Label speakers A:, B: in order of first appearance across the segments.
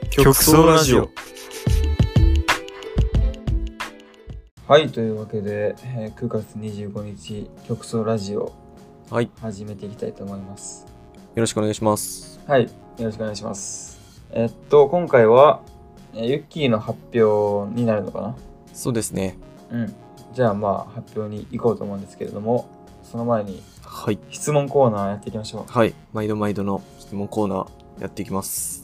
A: 極総ラジオ。
B: はい、というわけで、9月25日極総ラジオ
A: はい。
B: 始めていきたいと思います。
A: よろしくお願いします。
B: はい、よろしくお願いします。今回は、ユッキーの発表になるのかな？
A: そうですね。
B: じゃあ発表に行こうと思うんですけれども、その前に
A: はい。
B: 質問コーナーやっていきましょう。
A: はい。毎度毎度の質問コーナーやっていきます。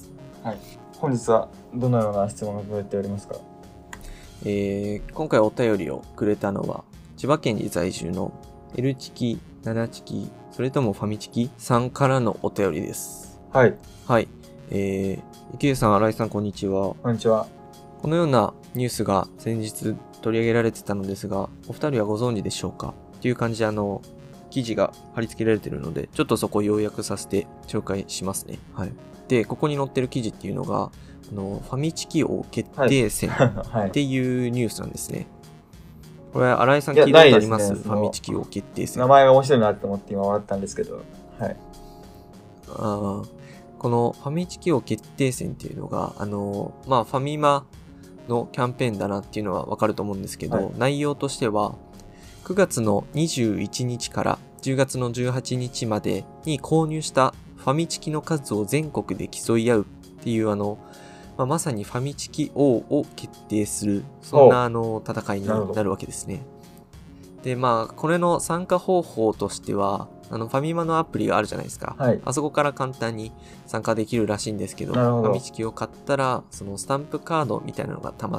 B: はい。本日はどのような質問が届いておりますか？
A: 今回お便りをくれたのは、千葉県に在住の L チキ、7チキ、それともファミチキさんからのお便りです。
B: はい。
A: はい。池江さん、新井さん、こんにちは。
B: こんにちは。
A: このようなニュースが先日取り上げられてたのですが、お二人はご存知でしょうかっていう感じで記事が貼り付けられているので、ちょっとそこを要約させて紹介しますね。はい。で、ここに載ってる記事っていうのが、ファミチキ王決定戦っていうニュースなんですね。これ、新井さん聞いたことあります？ファミチキ王決定戦。
B: 名前が面白いなと思って今笑ったんですけど。はい。
A: このファミチキ王決定戦っていうのが、ファミマのキャンペーンだなっていうのはわかると思うんですけど、内容としては、9月の21日から10月の18日までに購入したファミチキの数を全国で競い合うっていうまさにファミチキ王を決定する、そんな戦いになるわけですね。で、これの参加方法としては、ファミマのアプリがあるじゃないですか。
B: はい。
A: あそこから簡単に参加できるらしいんですけど、ファミチキを買ったら、そのスタンプカードみたいなのが溜まって、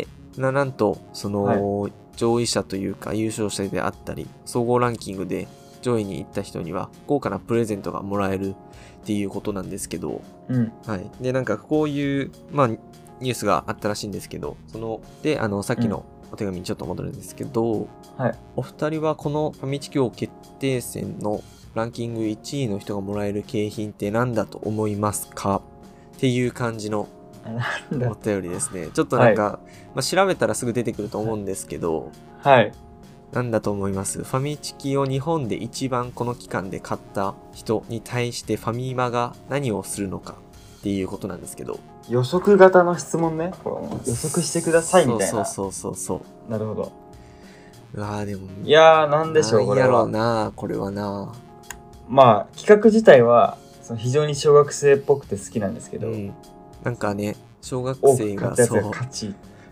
A: なんと、上位者というか優勝者であったり、総合ランキングで上位に行った人には豪華なプレゼントがもらえるっていうことなんですけど、はい。で、こういう、ニュースがあったらしいんですけど、さっきのお手紙にちょっと戻るんですけど、お二人はこのファミチキ王決定戦のランキング1位の人がもらえる景品って何だと思いますかっていう感じのお便りですね。ちょっと調べたらすぐ出てくると思うんですけど、なんだと思います？ファミチキを日本で一番この期間で買った人に対してファミマが何をするのかっていうことなんですけど。
B: 予測型の質問ね。予測してくださいみたいな。
A: そう。
B: なるほど。
A: うわーでも。
B: いやーなんでしょうこれは。
A: なんやろうなこれはな。
B: 企画自体は非常に小学生っぽくて好きなんですけど。
A: 小学生が
B: 勝ち。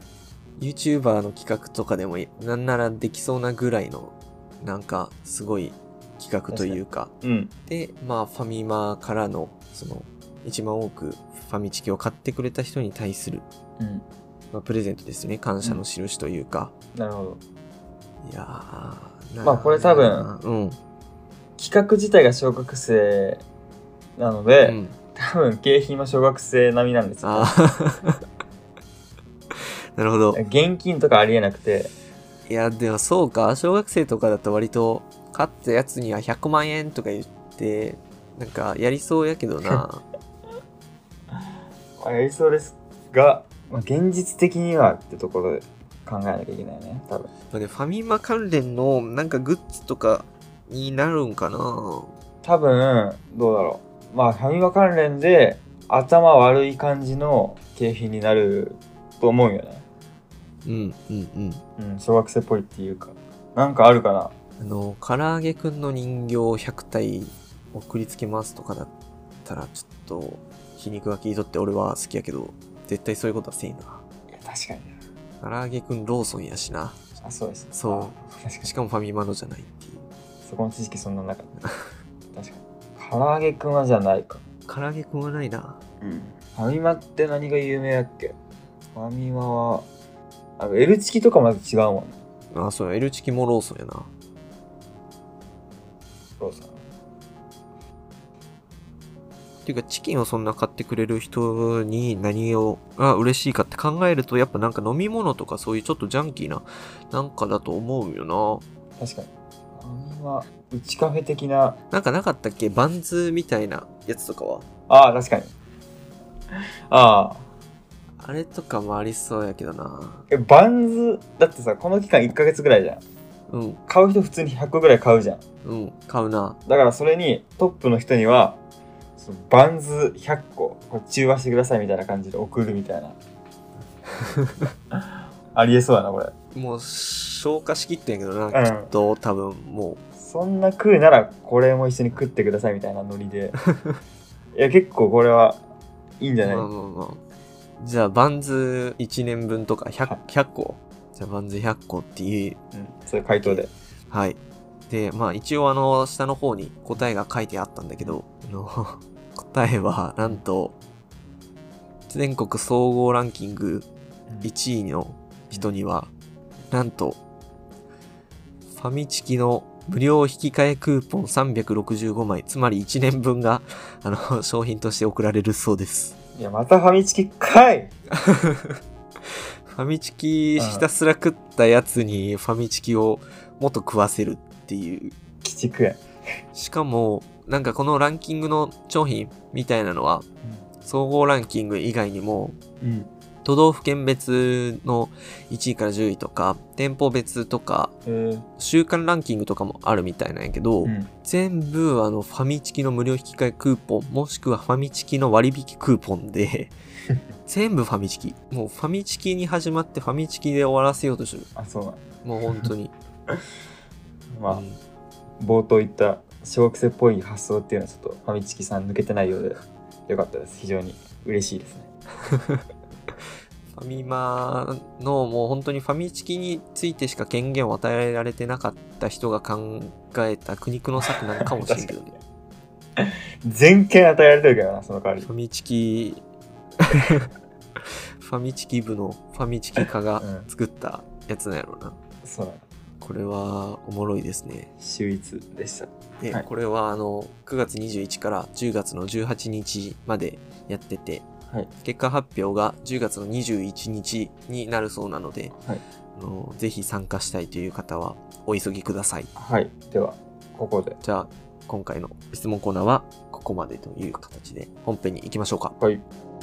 A: YouTuber の企画とかでもなんならできそうなぐらいのすごい企画というか、でファミマからの一番多くファミチキを買ってくれた人に対する、プレゼントですね。感謝の印というか。
B: なるほど。
A: いや
B: ーこれ多分、企画自体が小学生なので、多分景品は小学生並みなんですよ。
A: なるほど。
B: 現金とかありえなくて。
A: いやでもそうか、小学生とかだと割と買ったやつには100万円とか言ってやりそうやけどな。
B: やりそうですが、現実的にはってところで考えなきゃいけないね、多分。
A: ファミマ関連のグッズとかになるんかな。
B: 多分どうだろう。ファミマ関連で頭悪い感じの景品になると思うよね。小学生っぽいっていうか、あるかな。
A: 唐揚げくんの人形100体送りつけますとかだったらちょっと皮肉が聞いとって俺は好きやけど、絶対そういうことはせえな。い
B: や確かに。
A: 唐揚げくんローソンやしな。
B: そうです。
A: そう。しかもファミマのじゃないっていう。
B: そこの知識そんななかった。確かに。唐揚げくんはじゃないか。
A: 唐揚げくんはないな。
B: ファミマって何が有名だっけ？ファミマはL チキとかまず違うもん。
A: そう、L チキもローソンやな。
B: ローソン。
A: っていうか、チキンをそんな買ってくれる人に何が嬉しいかって考えると、やっぱ飲み物とかそういうちょっとジャンキーなだと思うよな。
B: 確かに。ファミマ、うちカフェ的な。
A: なかったっけ？バンズみたいなやつとかは。
B: 確かに。あ
A: れとかもありそうやけどな。
B: バンズ、だってさ、この期間1ヶ月ぐらいじゃん。買う人普通に100個ぐらい買うじゃん。
A: 買うな。
B: だからそれにトップの人には、バンズ100個、 中和してくださいみたいな感じで送るみたいな。ありえそうやな、これ。
A: もう、消化しきってんやけどな、きっと、多分、もう。
B: そんな食うなら、これも一緒に食ってくださいみたいなノリで。いや、結構これはいいんじゃない？
A: じゃあ、バンズ1年分とか100個じゃあ、バンズ100個っていう。
B: そういう回答で。
A: はい。で、まあ、一応下の方に答えが書いてあったんだけど、答えは、なんと、全国総合ランキング1位の人には、なんと、ファミチキの無料引き換えクーポン365枚、つまり1年分が、商品として送られるそうです。
B: いや、またファミチキかい
A: ファミチキひたすら食ったやつにファミチキをもっと食わせるっていう。
B: 鬼畜や。
A: しかも、なんかこのランキングの商品みたいなのは、総合ランキング以外にも、都道府県別の1位から10位とか、店舗別とか、週間ランキングとかもあるみたいなんやけど、全部ファミチキの無料引き換えクーポン、もしくはファミチキの割引クーポンで、全部ファミチキ。もうファミチキに始まってファミチキで終わらせようとする。
B: あ、そうなの。
A: もう本当に。
B: まあ、冒頭言った小学生っぽい発想っていうのはちょっとファミチキさん抜けてないようでよかったです。非常に嬉しいですね。
A: ファミマのもう本当にファミチキについてしか権限を与えられてなかった人が考えた苦肉の策なのかもしれないけどね。
B: 全権与えられてるからな、その代わり。
A: ファミチキファミチキ部のファミチキ家が作ったやつなんやろうな。
B: そうなの。
A: これはおもろいですね。
B: 秀逸でした。
A: で、はい、これは9月21から10月の18日までやってて、はい、結果発表が10月の21日になるそうなので、はい、ぜひ参加したいという方はお急ぎください。
B: はい。では、ここで。
A: じゃあ、今回の質問コーナーはここまでという形で本編に行きましょうか。
B: はい。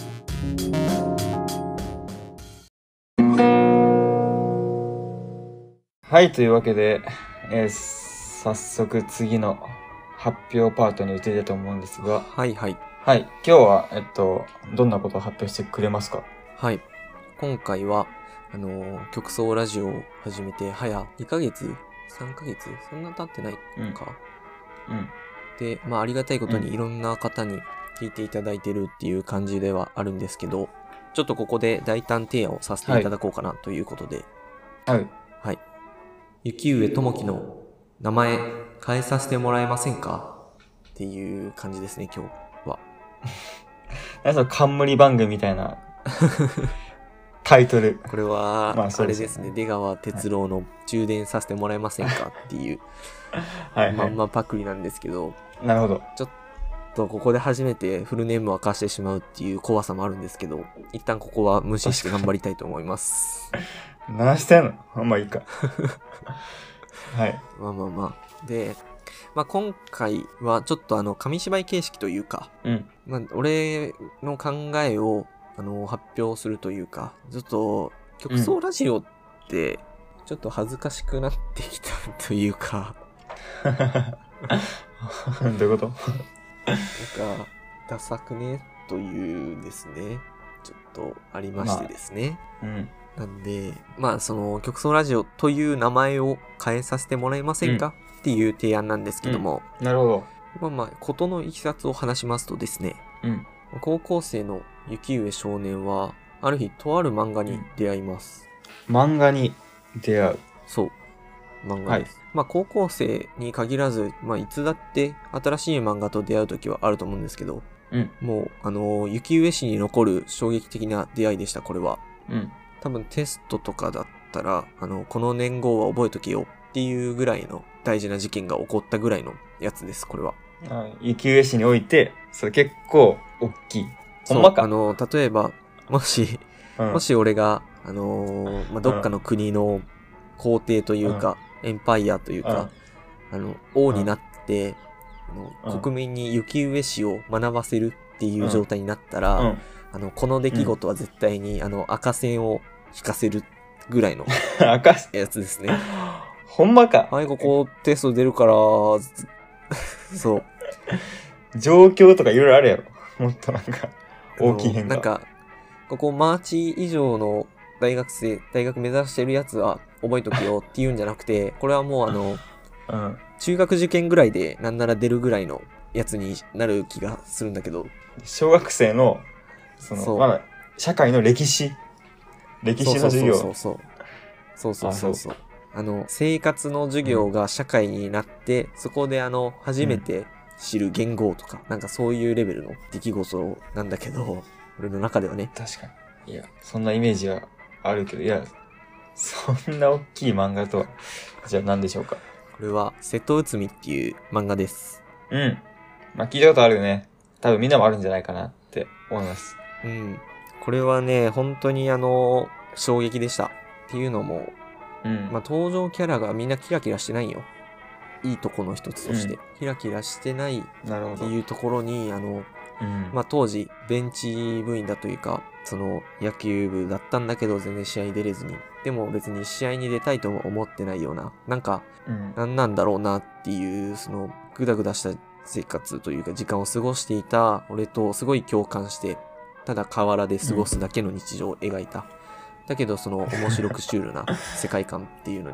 B: はい、というわけで、早速次の発表パートに移りたいと思うんですが。
A: はいはい。
B: はい、今日は、どんなことを発表してくれますか？
A: はい。今回は、曲奏ラジオを始めて、早2ヶ月 ?3 ヶ月そんな経ってないか、で、まあありがたいことにいろんな方に聞いていただいてるっていう感じではあるんですけど、ちょっとここで大胆提案をさせていただこうかなということで。
B: はい。
A: はい。雪上智樹の名前変えさせてもらえませんかっていう感じですね、今日は。
B: 何その冠番組みたいなタイトル。
A: これは、まああれですね、出川哲朗の充電させてもらえませんかっていう、はい、まんまパクリなんですけど。
B: なるほど。
A: ちょっとここで初めてフルネームを明かしてしまうっていう怖さもあるんですけど、一旦ここは無視して頑張りたいと思います。
B: 何してんの？まあいいか。はい。
A: まあまあまあ。で、まあ今回はちょっと紙芝居形式というか、まあ俺の考えを発表するというか、ちょっと曲奏ラジオってちょっと恥ずかしくなってきたというか。
B: どういうこと？
A: なんかダサくねというですね、ちょっとありましてですね。なんで、まあその曲奏ラジオという名前を変えさせてもらえませんか、っていう提案なんですけども。
B: なるほど。
A: まあまあ、事のいきさつを話しますとですね、高校生の雪上少年は、ある日とある漫画に出会います。
B: 漫画に出会う？
A: そう。漫画です。はい、まあ高校生に限らず、まあいつだって新しい漫画と出会う時はあると思うんですけど、もう雪上市に残る衝撃的な出会いでした、これは。多分テストとかだったら、この年号は覚えとけよっていうぐらいの大事な事件が起こったぐらいのやつです、これは。
B: 雪上市において、それ結構大きい。ほんまか。
A: 例えば、もし俺が、まあ、どっかの国の皇帝というか、エンパイアというか、王になって、国民に雪上市を学ばせるっていう状態になったら、この出来事は絶対に、赤線を引かせるぐらいのやつですね。
B: ほんまか。
A: はい、ここテスト出るから、そう。
B: 状況とかいろいろあるやろ。もっとなんか、 大きい変化。
A: なんか、ここマーチ以上の大学目指してるやつは覚えとくよって言うんじゃなくて、これはもう
B: うん、
A: 中学受験ぐらいでなんなら出るぐらいのやつになる気がするんだけど。
B: 小学生の、まだ、社会の歴史の授業。
A: そう。生活の授業が社会になって、そこで初めて知る言語とか、なんかそういうレベルの出来事なんだけど、俺の中ではね。
B: 確かに。いや、そんなイメージはあるけど、いや、そんな大きい漫画とは、じゃあ何でしょうか。
A: これは、瀬戸内海っていう漫画です。
B: うん。まあ、聞いたことあるよね。多分みんなもあるんじゃないかなって思います。
A: うん。これはね、本当に衝撃でした。っていうのも、まあ、登場キャラがみんなキラキラしてないよ。いいとこの一つとして。キラキラしてないっていうところに、まあ、当時、ベンチ部員だというか、野球部だったんだけど、全然試合出れずに。でも別に試合に出たいとも思ってないような、なんか、何なんだろうなっていう、グダグダした生活というか時間を過ごしていた俺とすごい共感して、ただ河原で過ごすだけの日常を描いた。だけど面白くシュールな世界観っていうのに、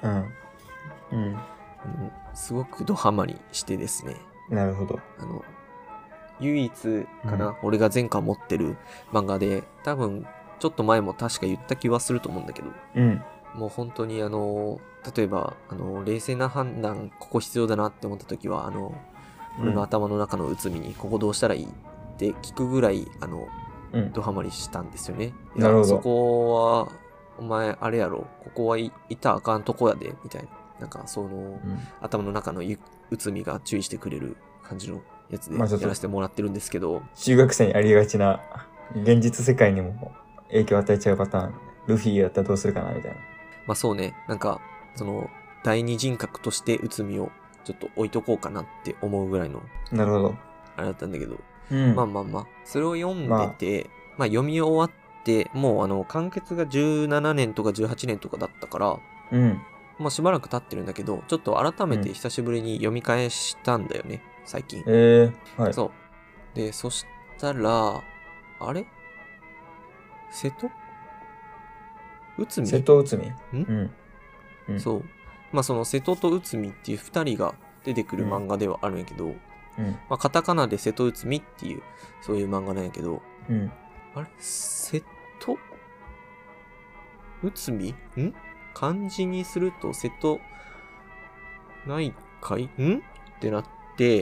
A: すごくドハマりしてですね。
B: なるほど。
A: 唯一かな、俺が前回持ってる漫画で、多分ちょっと前も確か言った気はすると思うんだけど、もう本当に例えば冷静な判断ここ必要だなって思った時は俺の頭の中の内海にここどうしたらいいって聞くぐらいドハマりしたんですよね。
B: なるほど。
A: そこはお前あれやろ、ここはいたらあかんとこやでみたいな、なんか頭の中の内海が注意してくれる感じのやつでやらせてもらってるんですけど、
B: 中学生にありがちな現実世界にも影響を与えちゃうパターン、ルフィだったらどうするかなみたいな。
A: まあそうね、なんか第二人格として内海をちょっと置いとこうかなって思うぐらいの、
B: なるほど、
A: あれだったんだけど、まあそれを読んでて、まあ読み終わってもう完結が17年とか18年とかだったから、まあしばらく経ってるんだけど、ちょっと改めて久しぶりに読み返したんだよね、最近。
B: はい。
A: そうで、そしたらあれ瀬戸内海そう。まあ瀬戸と内海っていう2人が出てくる漫画ではあるんやけど、まあカタカナで瀬戸内海っていうそういう漫画なんやけど、あれ瀬戸内海漢字にすると瀬戸内海ってなって、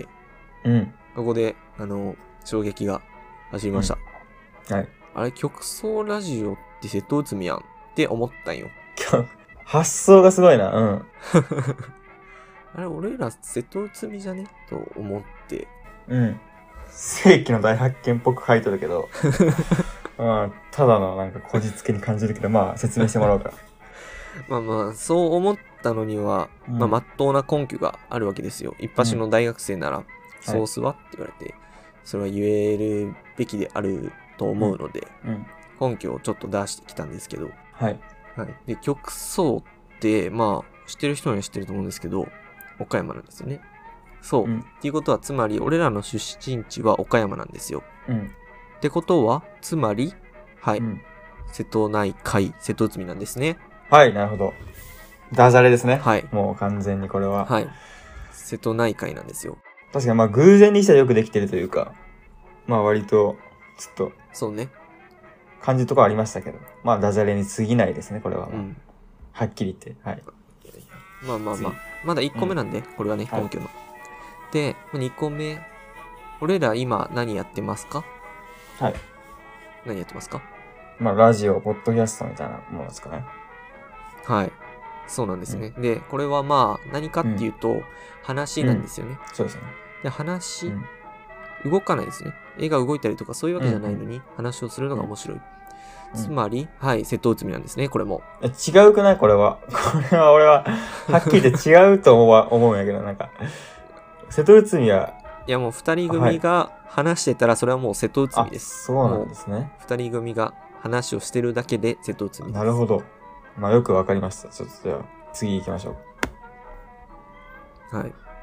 A: ここで衝撃が走りました。
B: はい。
A: あれ曲奏ラジオって瀬戸内海やんって思ったんよ。
B: 発想がすごいな。
A: あれ俺ら瀬戸内海じゃねと思って。
B: 世紀の大発見っぽく書いてるけど、ただのなんかこじつけに感じるけど、まあ説明してもらおうか。
A: まあそう思ったのには、まっとうな根拠があるわけですよ。一発の大学生なら、ソースはって言われて、それは言えるべきであると思うので、根拠をちょっと出してきたんですけど、で曲奏ってまあ知ってる人には知ってると思うんですけど、岡山なんですよね。そう、っていうことはつまり俺らの出身地は岡山なんですよ。ってことはつまり瀬戸内海瀬戸内海なんですね。
B: はい、なるほど。ダジャレですね。
A: はい。
B: もう完全にこれは。
A: 瀬戸内海なんですよ。
B: 確かにまあ偶然にしてはよくできてるというか、まあ割とちょっと
A: そうね、
B: 感じとかありましたけど、まあダジャレに過ぎないですね、これは。はっきり言って。はい。
A: まだ1個目なんで、これはね、根拠の。で、2個目、俺ら今何やってますか？
B: はい。
A: 何やってますか？
B: まあラジオ、ポッドキャストみたいなものですかね。
A: はい。そうなんですね。で、これはまあ何かっていうと、話なんですよね。
B: そうですね。
A: で、話、動かないですね。絵が動いたりとかそういうわけじゃないのに、話をするのが面白い。つまり、瀬戸内海なんですね、これも。
B: 違うくないこれは。これは俺は、はっきり言って違うと思うんやけど、なんか、瀬戸内海は、
A: いやもう二人組が話してたら、それはもう瀬戸内海です。
B: そうなんですね。
A: 二人組が話をしてるだけで瀬戸内海です。
B: なるほど。まあよくわかりました。ちょっとでは、次行きましょ
A: う。はい。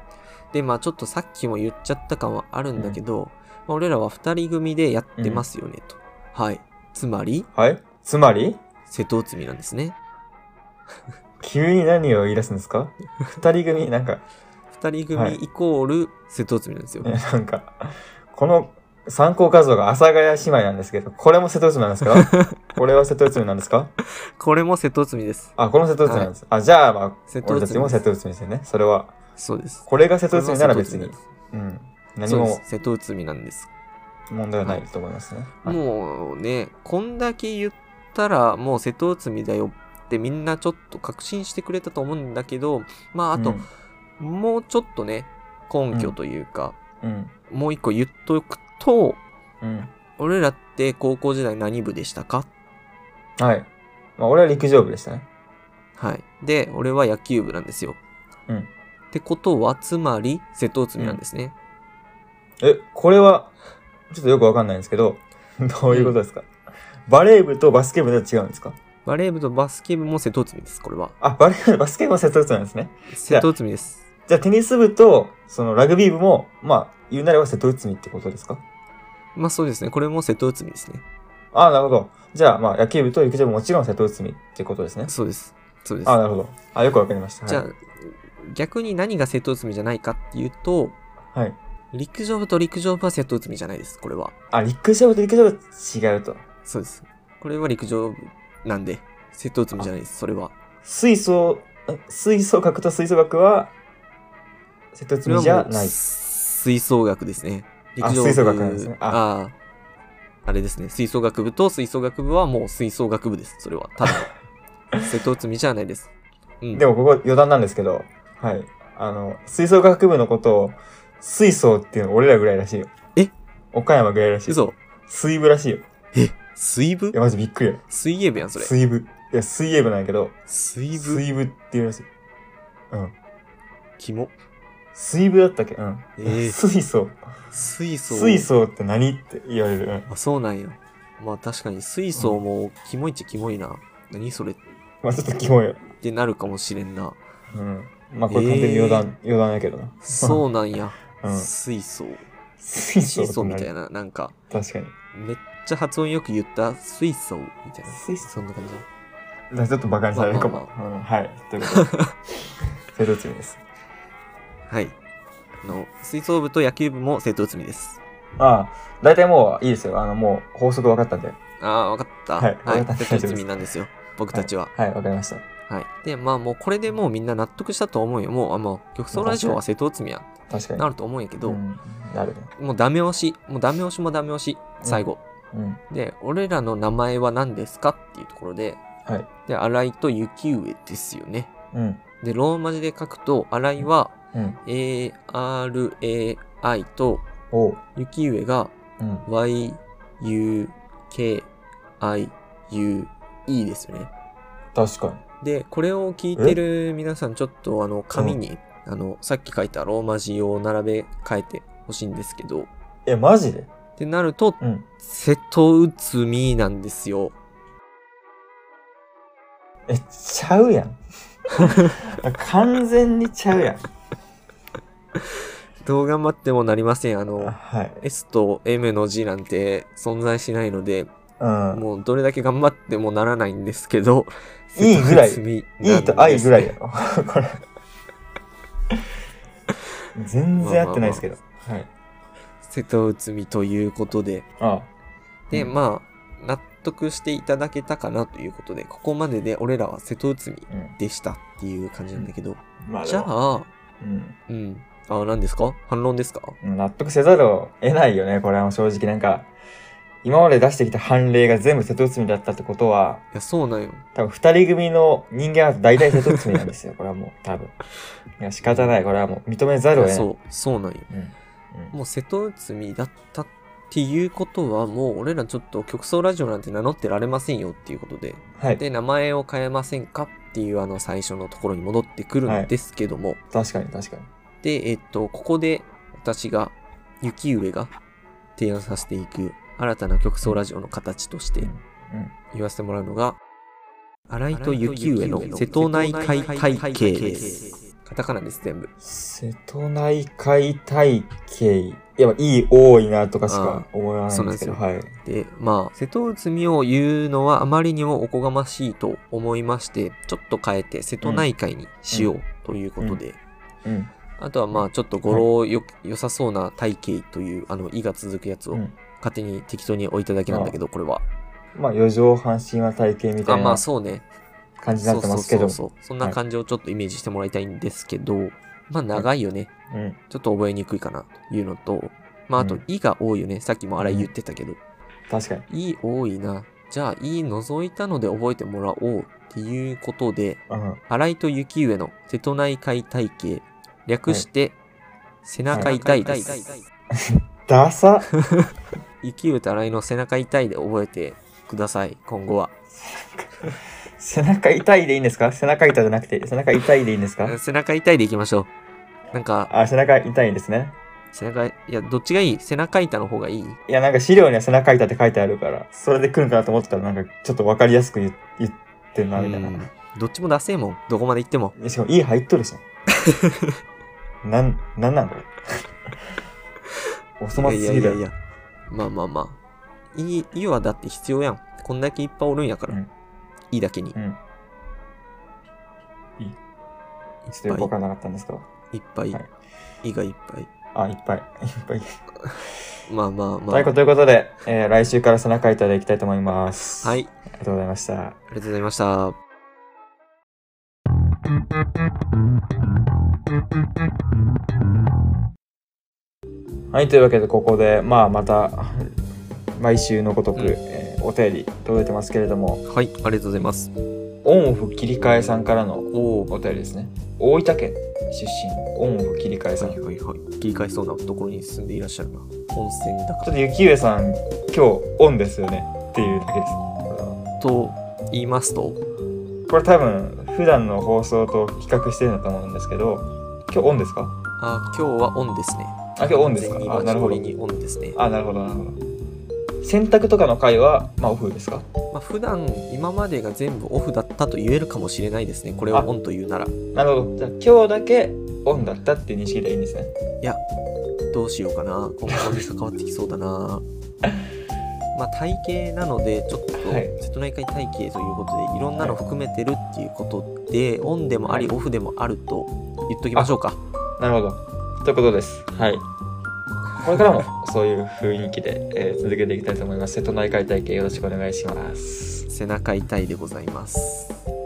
A: で、まあちょっとさっきも言っちゃった感はあるんだけど、まあ、俺らは2人組でやってますよね、と。はい。つまり瀬戸内海なんですね。
B: 急に何を言い出すんですか？二人組、なんか。
A: 二人組イコール瀬戸内海なんですよ。
B: なんか、この参考画像が阿佐ヶ谷姉妹なんですけど、これも瀬戸内海なんですか？これは瀬戸内海なんですか？
A: これも瀬戸内海です。
B: あ、これも瀬戸内海なんです。はい、あ、じゃあまあ、俺たちも瀬戸内海ですよね。それは。
A: そうです。
B: これが瀬戸内海なら別に。うん。何も。
A: 瀬戸内海なんです。
B: 問題はないと思いますね。
A: はい、もうね、こんだけ言ったらもう瀬戸内海だよってみんなちょっと確信してくれたと思うんだけど、まああと、もうちょっとね、根拠というか、もう一個言っとくと、俺らって高校時代何部でしたか？
B: はい。まあ俺は陸上部でしたね。
A: はい。で、俺は野球部なんですよ。ってことは、つまり瀬戸内海なんですね。
B: これは、ちょっとよくわかんないんですけど、どういうことですか？バレー部とバスケ部では違うんですか？
A: バレー部とバスケ部も瀬戸内海です、これは。
B: あ、バレー部、バスケ部も瀬戸内海なんですね。
A: 瀬戸内海です。
B: じゃあテニス部と、そのラグビー部も、まあ、言うなれば瀬戸内海ってことですか？
A: まあそうですね。これも瀬戸内海ですね。
B: ああ、なるほど。じゃあ、まあ、野球部と陸上部もちろん瀬戸内海ってことですね。
A: そうです。そうです。
B: ああ、なるほど。あ、よくわかりました。
A: じゃあ、逆に何が瀬戸内海じゃないかっていうと、
B: はい。
A: 陸上部と陸上部は瀬戸内海じゃないです、これは。
B: あ、陸上部と陸上部は違うと。
A: そうです。これは陸上部なんで、瀬戸内海じゃないです、それは。吹奏
B: 楽と吹奏楽は、瀬戸内海じゃない。
A: 吹奏楽ですね。
B: 陸上部。吹奏楽なんですね。
A: あれですね。吹奏楽部と吹奏楽部はもう吹奏楽部です。それは。ただ、瀬戸内海じゃないです。
B: でもここ余談なんですけど、はい。吹奏楽部のことを、水奏っていうの俺らぐらいらしいよ。岡山ぐらいらしい。
A: 嘘。
B: 水部らしいよ。
A: 水部？
B: いや、マジびっくりよ。
A: 水泳部やん、それ。
B: 水部。いや、水泳部なんやけど。
A: 水
B: 部っていうらしい。
A: キモ。
B: 水部だったっけ？水奏。水奏って何って言われる。
A: あ、そうなんや。まあ確かに水奏もキモいっちゃキモいな。何それ。
B: まあちょっとキモいよ。
A: ってなるかもしれんな。
B: まあこれ完全に余談やけどな。
A: そうなんや。水奏みたいな、なんか。
B: 確かに。
A: めっちゃ発音よく言った水奏みたいな。そんな感
B: じ。ちょっとバカにされるかも。はい。ということで。瀬戸内海です。
A: はい。吹奏部と野球部も瀬戸内海です。
B: だいたいもういいですよ。もう法則分かったんで。
A: 分かった。はい。瀬戸内海なんですよ。僕たちは。
B: はい、分かりました。
A: はい。で、まあもうこれでもうみんな納得したと思うよ。もう、極総ラジオは瀬戸内海や。
B: 確かに。
A: なると思うんやけど、
B: なるね。
A: もうダメ押し。最後。で、俺らの名前は何ですかっていうところで、で、新井と雪上ですよね。で、ローマ字で書くと、新井は、ARAI と、雪上が、YUKIUE ですよね。
B: 確かに。
A: で、これを聞いてる皆さん、ちょっと紙に、さっき書いたローマ字を並べ替えてほしいんですけど。
B: マジで？
A: ってなると、瀬戸内海なんですよ。
B: ちゃうやん。完全にちゃうやん。
A: どう頑張ってもなりません。S と M の字なんて存在しないので、もうどれだけ頑張ってもならないんですけど、
B: いいぐらい。いいと愛ぐらいやろ。これ。全然合ってないですけど。
A: 瀬戸内海ということで。で、まあ、納得していただけたかなということで、ここまでで俺らは瀬戸内海でしたっていう感じなんだけど、じゃあ、何ですか？反論ですか？
B: 納得せざるを得ないよね、これは正直。なんか、今まで出してきた判例が全部瀬戸内海だったってことは、
A: いや、そうなんよ。
B: 多分二人組の人間は大体瀬戸内海なんですよ、これはもう、多分。いや、仕方ない、これはもう認めざるを得ない。
A: そうなんよ。もう瀬戸内海だったっていうことは、もう俺らちょっと極総ラジオなんて名乗ってられませんよっていうことで、で、名前を変えませんかっていう最初のところに戻ってくるんですけども。
B: 確かに確かに。
A: で、ここで私が、雪上が提案させていく新たな極総ラジオの形として言わせてもらうのが、新井と雪上の瀬戸内海会系です。 カタカナです、全部。
B: 瀬戸内海体系。いや、いい、多いなとかしか思わないんですけど、はい。
A: で、まあ、瀬戸内海を言うのはあまりにもおこがましいと思いまして、ちょっと変えて瀬戸内海にしようということで、あとはまあ、ちょっと語呂良さそうな体系という、意が続くやつを勝手に適当に置いただけなんだけど、これは。
B: まあ、四畳半神話体系みたいな。
A: まあ、そうね。
B: 感じになってますけど。
A: そんな感じをちょっとイメージしてもらいたいんですけど、まあ長いよね。ちょっと覚えにくいかなというのと、まああと、いが多いよね。さっきも荒井言ってたけど。
B: 確かに。
A: い多いな。じゃあ、い除いたので覚えてもらおうっていうことで、荒井と雪上の瀬戸内海体系、略して、背中痛いです。
B: ダサ
A: 雪上と荒井の背中痛いで覚えてください、今後は。
B: 背中痛いでいいんですか？背中痛じゃなくて、背中痛いでいいんですか？
A: 背中痛いでいきましょう。なんか。
B: 背中痛いんですね。
A: いや、どっちがいい？背中痛の方がいい？
B: いや、なんか資料には背中痛って書いてあるから、それで来るかなと思ってたら、なんかちょっとわかりやすく言ってんな、みたいな。
A: どっちも出せえもん。どこまで行っても。
B: しかも、いい入っとるし。なんこれ。お粗末すぎる。
A: いや。まあ。いいはだって必要やん。こんだけいっぱいおるんやから。いいだけに。
B: いい。ちょっとよくわからなかったんですか？
A: いっぱい。いがいっぱい。
B: いっぱい。
A: まあ。
B: ということで、来週から背中痛でいきたいと思います。
A: はい。
B: ありがとうございました。
A: ありがとうございました。
B: はい、というわけでここでまた毎週のごとく、お便り届いてますけれども、
A: はい、ありがとうございます。
B: オンオフ切り替えさんからのお便りですね。大分県出身、オンオフ切り替えさん。
A: はい。切り替えそうなところに住んでいらっしゃるな。温泉だから。
B: ちょっと雪上さん、今日オンですよねっていうだけです。
A: と言いますと、
B: これ多分普段の放送と比較してるんだと思うんですけど、今日オンですか？
A: 今日はオンですね。
B: 今日オンですか？
A: なるほど。オンですね。
B: なるほど。洗濯とかの回は、オフですか？
A: 普段今までが全部オフだったと言えるかもしれないですね。これをオンというなら。
B: なるほど。じゃあ今日だけオンだったっていう認識でいいんですね。
A: いや、どうしようかな。今後に関わってきそうだな。体型なのでちょっと瀬戸内海体型ということでいろんなの含めてるっていうことで、オンでもありオフでもあると言っときましょうか。
B: なるほど。ということです。はい。これからもそういう雰囲気で、続けていきたいと思います。瀬戸内海体系よろしくお願いします。
A: 背中痛いでございます。